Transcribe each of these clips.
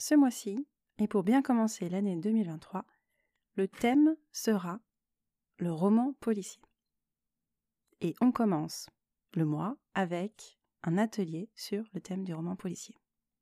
Ce mois-ci, et pour bien commencer l'année 2023, le thème sera le roman policier. Et on commence le mois avec un atelier sur le thème du roman policier.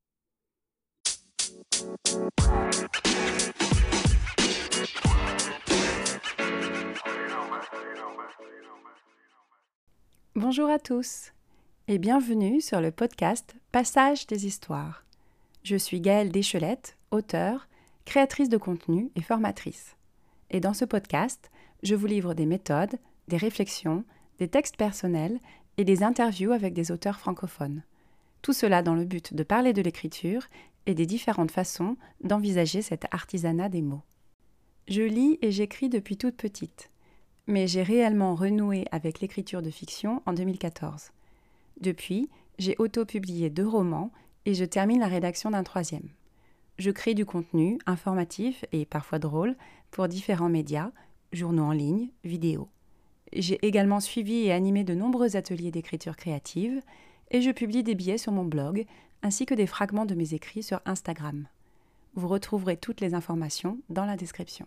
Bonjour à tous et bienvenue sur le podcast Passage des histoires. Je suis Gaëlle Deschelette, auteure, créatrice de contenu et formatrice. Et dans ce podcast, je vous livre des méthodes, des réflexions, des textes personnels et des interviews avec des auteurs francophones. Tout cela dans le but de parler de l'écriture et des différentes façons d'envisager cet artisanat des mots. Je lis et j'écris depuis toute petite, mais j'ai réellement renoué avec l'écriture de fiction en 2014. Depuis, j'ai auto-publié 2 romans et je termine la rédaction d'un 3e. Je crée du contenu informatif et parfois drôle pour différents médias, journaux en ligne, vidéos. J'ai également suivi et animé de nombreux ateliers d'écriture créative et je publie des billets sur mon blog ainsi que des fragments de mes écrits sur Instagram. Vous retrouverez toutes les informations dans la description.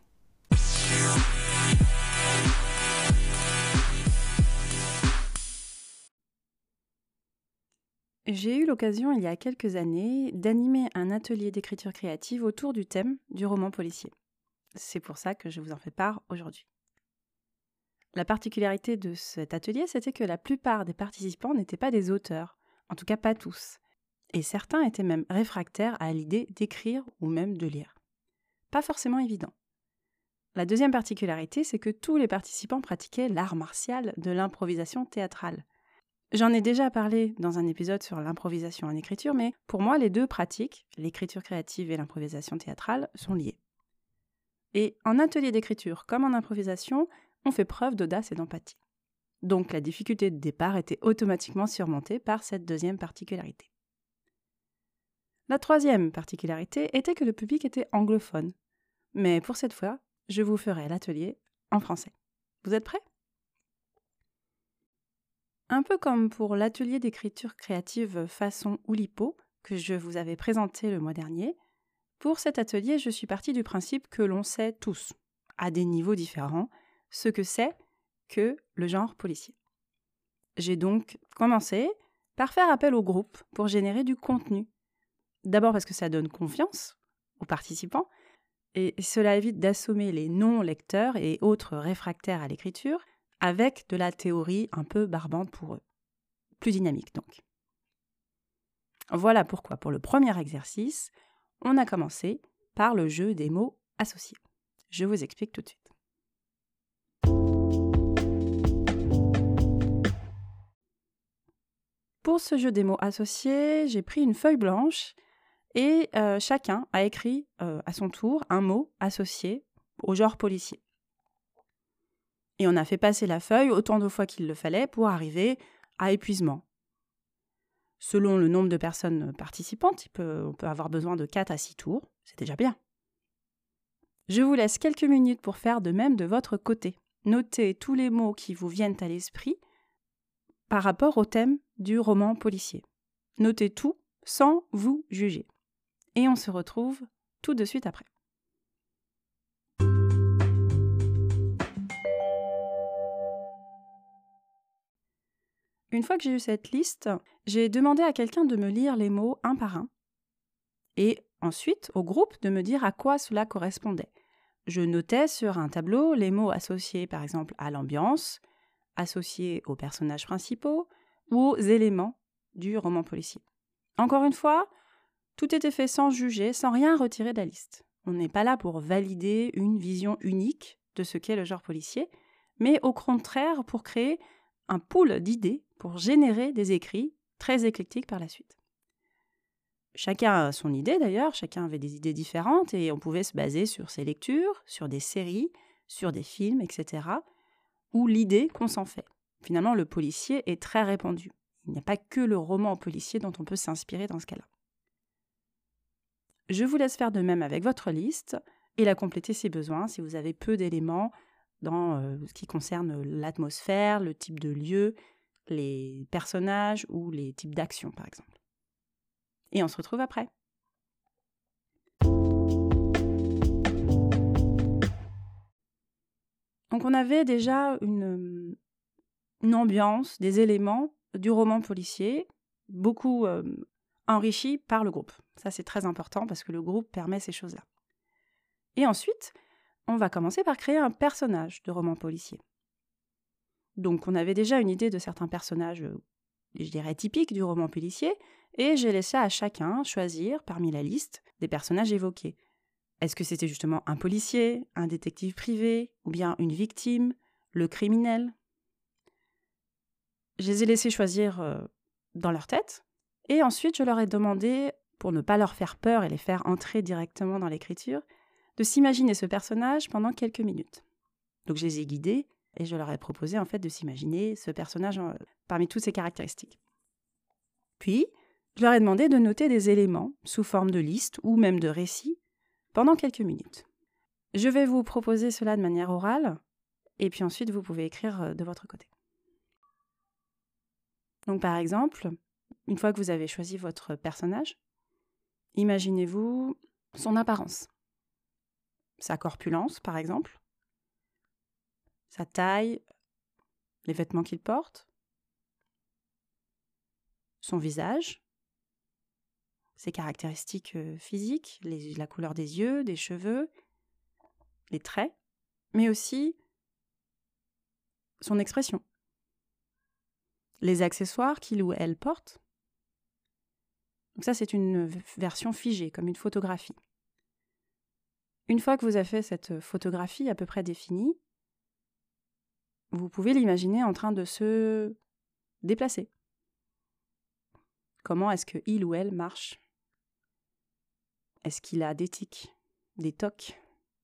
J'ai eu l'occasion il y a quelques années d'animer un atelier d'écriture créative autour du thème du roman policier. C'est pour ça que je vous en fais part aujourd'hui. La particularité de cet atelier, c'était que la plupart des participants n'étaient pas des auteurs, en tout cas pas tous, et certains étaient même réfractaires à l'idée d'écrire ou même de lire. Pas forcément évident. La deuxième particularité, c'est que tous les participants pratiquaient l'art martial de l'improvisation théâtrale. J'en ai déjà parlé dans un épisode sur l'improvisation en écriture, mais pour moi, les 2 pratiques, l'écriture créative et l'improvisation théâtrale, sont liées. Et en atelier d'écriture comme en improvisation, on fait preuve d'audace et d'empathie. Donc la difficulté de départ était automatiquement surmontée par cette deuxième particularité. La 3e particularité était que le public était anglophone. Mais pour cette fois, je vous ferai l'atelier en français. Vous êtes prêts ? Un peu comme pour l'atelier d'écriture créative façon Oulipo que je vous avais présenté le mois dernier, pour cet atelier, je suis partie du principe que l'on sait tous, à des niveaux différents, ce que c'est que le genre policier. J'ai donc commencé par faire appel au groupe pour générer du contenu. D'abord parce que ça donne confiance aux participants, et cela évite d'assommer les non-lecteurs et autres réfractaires à l'écriture avec de la théorie un peu barbante pour eux. Plus dynamique donc. Voilà pourquoi, pour le premier exercice, on a commencé par le jeu des mots associés. Je vous explique tout de suite. Pour ce jeu des mots associés, j'ai pris une feuille blanche et chacun a écrit à son tour un mot associé au genre policier. Et on a fait passer la feuille autant de fois qu'il le fallait pour arriver à épuisement. Selon le nombre de personnes participantes, on peut avoir besoin de 4 à 6 tours, c'est déjà bien. Je vous laisse quelques minutes pour faire de même de votre côté. Notez tous les mots qui vous viennent à l'esprit par rapport au thème du roman policier. Notez tout sans vous juger. Et on se retrouve tout de suite après. Une fois que j'ai eu cette liste, j'ai demandé à quelqu'un de me lire les mots un par un et ensuite au groupe de me dire à quoi cela correspondait. Je notais sur un tableau les mots associés par exemple à l'ambiance, associés aux personnages principaux ou aux éléments du roman policier. Encore une fois, tout était fait sans juger, sans rien retirer de la liste. On n'est pas là pour valider une vision unique de ce qu'est le genre policier, mais au contraire pour créer un pool d'idées pour générer des écrits très éclectiques par la suite. Chacun a son idée d'ailleurs, chacun avait des idées différentes et on pouvait se baser sur ses lectures, sur des séries, sur des films, etc., ou l'idée qu'on s'en fait. Finalement, le policier est très répandu. Il n'y a pas que le roman policier dont on peut s'inspirer dans ce cas-là. Je vous laisse faire de même avec votre liste et la compléter si besoin, si vous avez peu d'éléments dans ce qui concerne l'atmosphère, le type de lieu, les personnages ou les types d'actions, par exemple. Et on se retrouve après. Donc on avait déjà une ambiance, des éléments du roman policier, beaucoup enrichis par le groupe. Ça, c'est très important parce que le groupe permet ces choses-là. Et ensuite, on va commencer par créer un personnage de roman policier. Donc on avait déjà une idée de certains personnages, je dirais typiques du roman policier, et j'ai laissé à chacun choisir parmi la liste des personnages évoqués. Est-ce que c'était justement un policier, un détective privé, ou bien une victime, le criminel ? Je les ai laissés choisir dans leur tête, et ensuite je leur ai demandé, pour ne pas leur faire peur et les faire entrer directement dans l'écriture, de s'imaginer ce personnage pendant quelques minutes. Donc je les ai guidés, et je leur ai proposé en fait de s'imaginer ce personnage parmi toutes ses caractéristiques. Puis, je leur ai demandé de noter des éléments sous forme de liste ou même de récit pendant quelques minutes. Je vais vous proposer cela de manière orale, et puis ensuite vous pouvez écrire de votre côté. Donc par exemple, une fois que vous avez choisi votre personnage, imaginez-vous son apparence, sa corpulence par exemple, sa taille, les vêtements qu'il porte, son visage, ses caractéristiques physiques, la couleur des yeux, des cheveux, les traits, mais aussi son expression, les accessoires qu'il ou elle porte. Donc ça, c'est une version figée, comme une photographie. Une fois que vous avez fait cette photographie à peu près définie, vous pouvez l'imaginer en train de se déplacer. Comment est-ce qu'il ou elle marche ? Est-ce qu'il a des tics, des tocs ?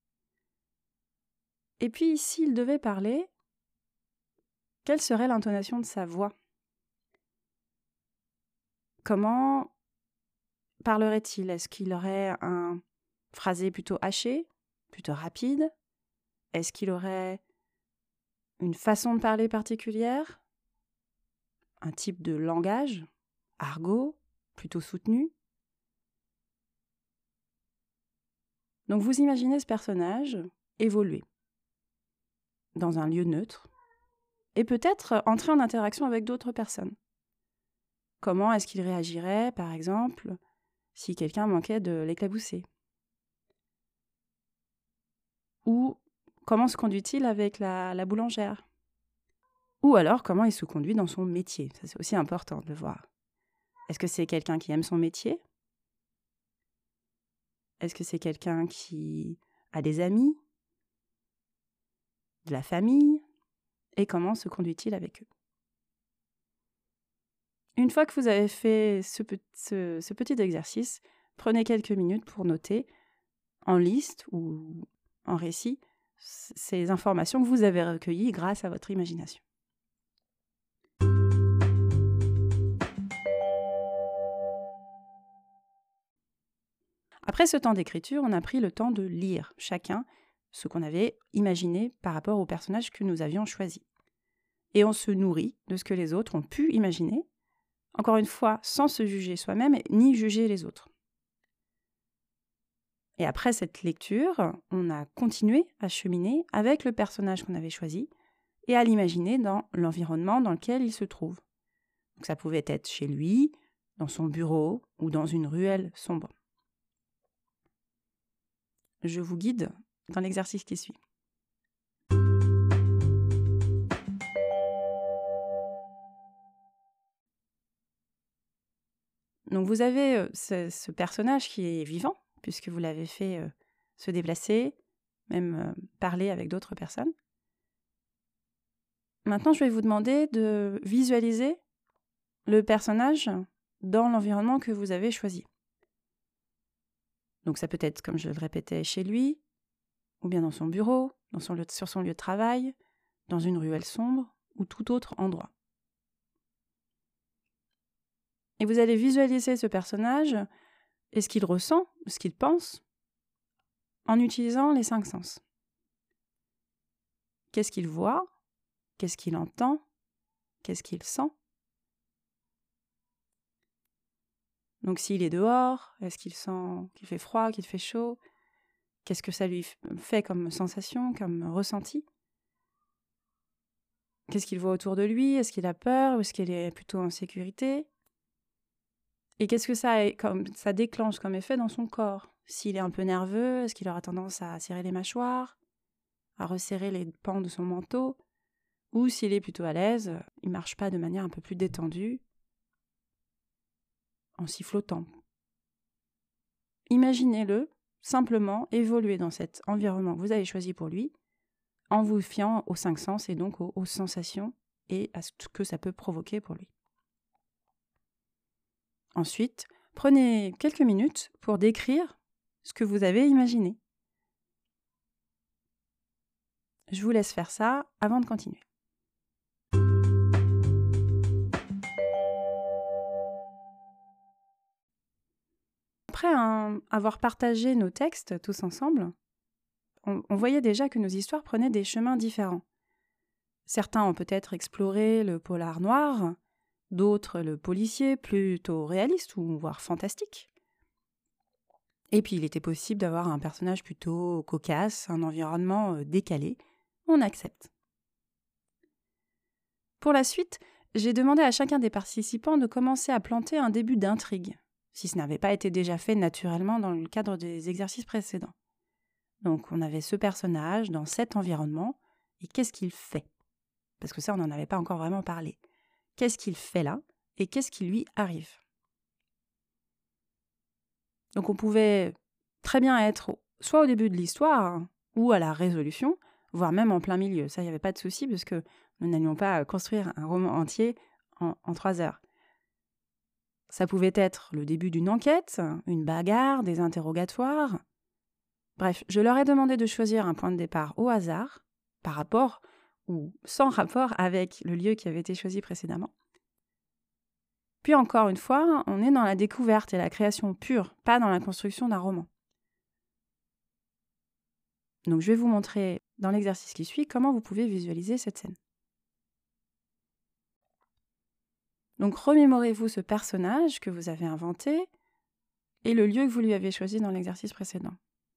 Et puis, s'il devait parler, quelle serait l'intonation de sa voix ? Comment parlerait-il ? Est-ce qu'il aurait un phrasé plutôt haché, plutôt rapide ? Est-ce qu'il aurait une façon de parler particulière ? Un type de langage ? Argot ? Plutôt soutenu ? Donc vous imaginez ce personnage évoluer dans un lieu neutre et peut-être entrer en interaction avec d'autres personnes. Comment est-ce qu'il réagirait, par exemple, si quelqu'un manquait de l'éclabousser ? Ou comment se conduit-il avec la boulangère ? Ou alors, comment il se conduit dans son métier ? Ça, c'est aussi important de le voir. Est-ce que c'est quelqu'un qui aime son métier ? Est-ce que c'est quelqu'un qui a des amis ? De la famille ? Et comment se conduit-il avec eux ? Une fois que vous avez fait ce petit exercice, prenez quelques minutes pour noter en liste ou en récit ces informations que vous avez recueillies grâce à votre imagination. Après ce temps d'écriture, on a pris le temps de lire chacun ce qu'on avait imaginé par rapport au personnage que nous avions choisi. Et on se nourrit de ce que les autres ont pu imaginer, encore une fois, sans se juger soi-même ni juger les autres. Et après cette lecture, on a continué à cheminer avec le personnage qu'on avait choisi et à l'imaginer dans l'environnement dans lequel il se trouve. Donc ça pouvait être chez lui, dans son bureau ou dans une ruelle sombre. Je vous guide dans l'exercice qui suit. Donc vous avez ce personnage qui est vivant, puisque vous l'avez fait se déplacer, même parler avec d'autres personnes. Maintenant, je vais vous demander de visualiser le personnage dans l'environnement que vous avez choisi. Donc ça peut être, comme je le répétais, chez lui, ou bien dans son bureau, sur son lieu de travail, dans une ruelle sombre, ou tout autre endroit. Et vous allez visualiser ce personnage et ce qu'il ressent, ce qu'il pense, en utilisant les 5 sens. Qu'est-ce qu'il voit ? Qu'est-ce qu'il entend ? Qu'est-ce qu'il sent ? Donc s'il est dehors, est-ce qu'il sent qu'il fait froid, qu'il fait chaud ? Qu'est-ce que ça lui fait comme sensation, comme ressenti ? Qu'est-ce qu'il voit autour de lui? Est-ce qu'il a peur ou est-ce qu'il est plutôt en sécurité? Et qu'est-ce que ça déclenche comme effet dans son corps? S'il est un peu nerveux, est-ce qu'il aura tendance à serrer les mâchoires, à resserrer les pans de son manteau? Ou s'il est plutôt à l'aise, il ne marche pas de manière un peu plus détendue, en sifflotant. Imaginez-le simplement évoluer dans cet environnement que vous avez choisi pour lui, en vous fiant aux 5 sens et donc aux sensations et à ce que ça peut provoquer pour lui. Ensuite, prenez quelques minutes pour décrire ce que vous avez imaginé. Je vous laisse faire ça avant de continuer. Après avoir partagé nos textes tous ensemble, on voyait déjà que nos histoires prenaient des chemins différents. Certains ont peut-être exploré le polar noir, d'autres le policier plutôt réaliste ou voire fantastique. Et puis il était possible d'avoir un personnage plutôt cocasse, un environnement décalé. On accepte. Pour la suite, j'ai demandé à chacun des participants de commencer à planter un début d'intrigue, si ce n'avait pas été déjà fait naturellement dans le cadre des exercices précédents. Donc on avait ce personnage dans cet environnement, et qu'est-ce qu'il fait? Parce que ça, on n'en avait pas encore vraiment parlé. Qu'est-ce qu'il fait là et qu'est-ce qui lui arrive? Donc on pouvait très bien être soit au début de l'histoire ou à la résolution, voire même en plein milieu. Ça, il n'y avait pas de souci parce que nous n'allions pas construire un roman entier en 3 heures. Ça pouvait être le début d'une enquête, une bagarre, des interrogatoires. Bref, je leur ai demandé de choisir un point de départ au hasard, par rapport ou sans rapport avec le lieu qui avait été choisi précédemment. Puis encore une fois, on est dans la découverte et la création pure, pas dans la construction d'un roman. Donc je vais vous montrer dans l'exercice qui suit comment vous pouvez visualiser cette scène. Donc remémorez-vous ce personnage que vous avez inventé et le lieu que vous lui avez choisi dans l'exercice précédent.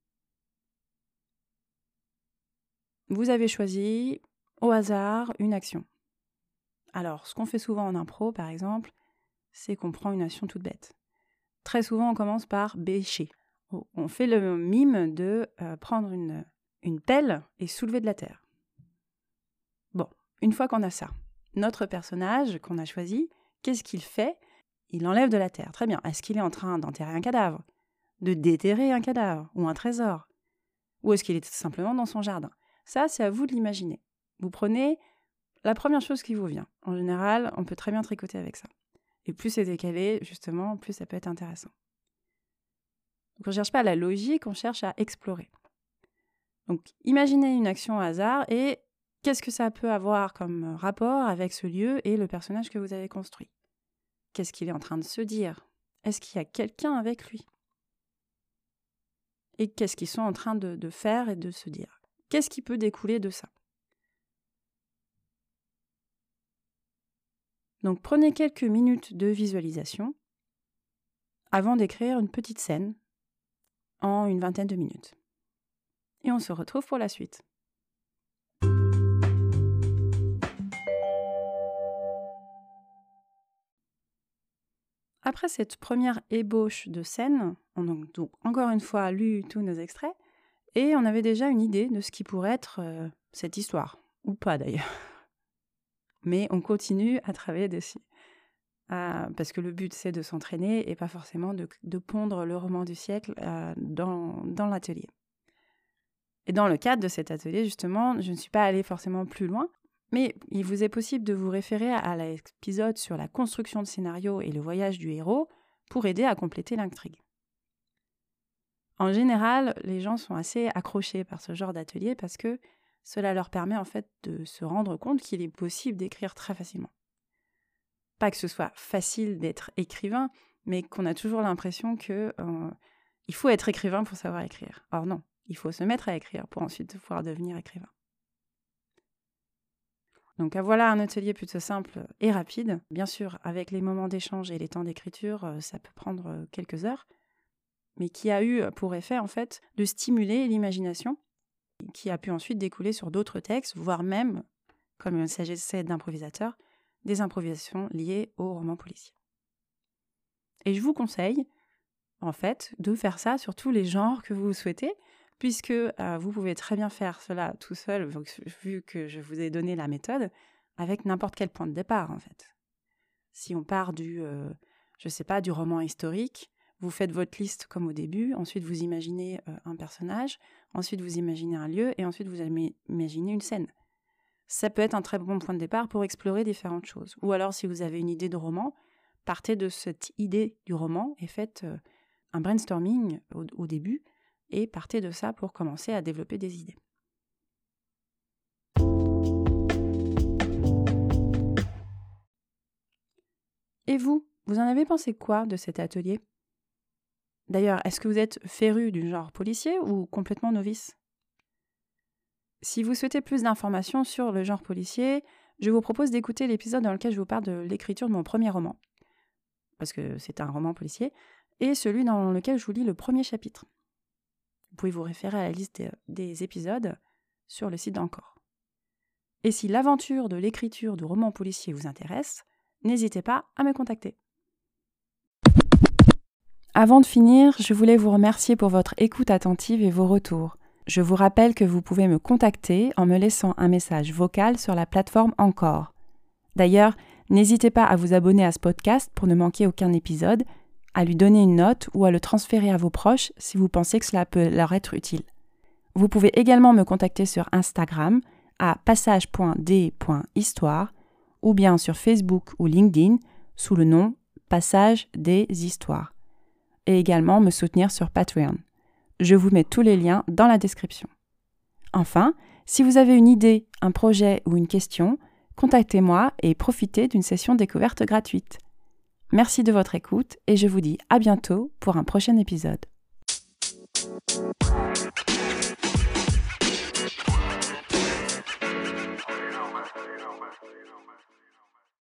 Vous avez choisi au hasard une action. Alors, ce qu'on fait souvent en impro, par exemple, c'est qu'on prend une action toute bête. Très souvent, on commence par bêcher. On fait le mime de prendre une pelle et soulever de la terre. Bon, une fois qu'on a ça, notre personnage qu'on a choisi, qu'est-ce qu'il fait? Il enlève de la terre. Très bien. Est-ce qu'il est en train d'enterrer un cadavre? De déterrer un cadavre ou un trésor? Ou est-ce qu'il est simplement dans son jardin? Ça, c'est à vous de l'imaginer. Vous prenez la première chose qui vous vient. En général, on peut très bien tricoter avec ça. Et plus c'est décalé, justement, plus ça peut être intéressant. Donc on ne cherche pas la logique, on cherche à explorer. Donc imaginez une action au hasard et qu'est-ce que ça peut avoir comme rapport avec ce lieu et le personnage que vous avez construit? Qu'est-ce qu'il est en train de se dire? Est-ce qu'il y a quelqu'un avec lui? Et qu'est-ce qu'ils sont en train de faire et de se dire? Qu'est-ce qui peut découler de ça? Donc prenez quelques minutes de visualisation avant d'écrire une petite scène en une vingtaine de minutes. Et on se retrouve pour la suite. Après cette première ébauche de scène, on a donc encore une fois lu tous nos extraits, et on avait déjà une idée de ce qui pourrait être cette histoire, ou pas d'ailleurs. Mais on continue à travailler dessus. Parce que le but, c'est de s'entraîner et pas forcément de pondre le roman du siècle dans l'atelier. Et dans le cadre de cet atelier, justement, je ne suis pas allée forcément plus loin, mais il vous est possible de vous référer à l'épisode sur la construction de scénario et le voyage du héros pour aider à compléter l'intrigue. En général, les gens sont assez accrochés par ce genre d'atelier parce que cela leur permet en fait de se rendre compte qu'il est possible d'écrire très facilement. Pas que ce soit facile d'être écrivain, mais qu'on a toujours l'impression que il faut être écrivain pour savoir écrire. Or non, il faut se mettre à écrire pour ensuite pouvoir devenir écrivain. Donc voilà un atelier plutôt simple et rapide. Bien sûr, avec les moments d'échange et les temps d'écriture, ça peut prendre quelques heures, mais qui a eu pour effet en fait de stimuler l'imagination, qui a pu ensuite découler sur d'autres textes, voire même, comme il s'agissait d'improvisateurs, des improvisations liées au roman policier. Et je vous conseille, en fait, de faire ça sur tous les genres que vous souhaitez, puisque vous pouvez très bien faire cela tout seul, vu que je vous ai donné la méthode, avec n'importe quel point de départ, en fait. Si on part du roman historique, vous faites votre liste comme au début, ensuite vous imaginez un personnage, ensuite vous imaginez un lieu, et ensuite vous imaginez une scène. Ça peut être un très bon point de départ pour explorer différentes choses. Ou alors, si vous avez une idée de roman, partez de cette idée du roman et faites un brainstorming au début, et partez de ça pour commencer à développer des idées. Et vous en avez pensé quoi de cet atelier ? D'ailleurs, est-ce que vous êtes féru du genre policier ou complètement novice ? Si vous souhaitez plus d'informations sur le genre policier, je vous propose d'écouter l'épisode dans lequel je vous parle de l'écriture de mon premier roman, parce que c'est un roman policier, et celui dans lequel je vous lis le premier chapitre. Vous pouvez vous référer à la liste des épisodes sur le site d'Encore. Et si l'aventure de l'écriture du roman policier vous intéresse, n'hésitez pas à me contacter. Avant de finir, je voulais vous remercier pour votre écoute attentive et vos retours. Je vous rappelle que vous pouvez me contacter en me laissant un message vocal sur la plateforme Encore. D'ailleurs, n'hésitez pas à vous abonner à ce podcast pour ne manquer aucun épisode, à lui donner une note ou à le transférer à vos proches si vous pensez que cela peut leur être utile. Vous pouvez également me contacter sur Instagram à passage.d.histoire ou bien sur Facebook ou LinkedIn sous le nom Passage des Histoires. Et également me soutenir sur Patreon. Je vous mets tous les liens dans la description. Enfin, si vous avez une idée, un projet ou une question, contactez-moi et profitez d'une session découverte gratuite. Merci de votre écoute et je vous dis à bientôt pour un prochain épisode.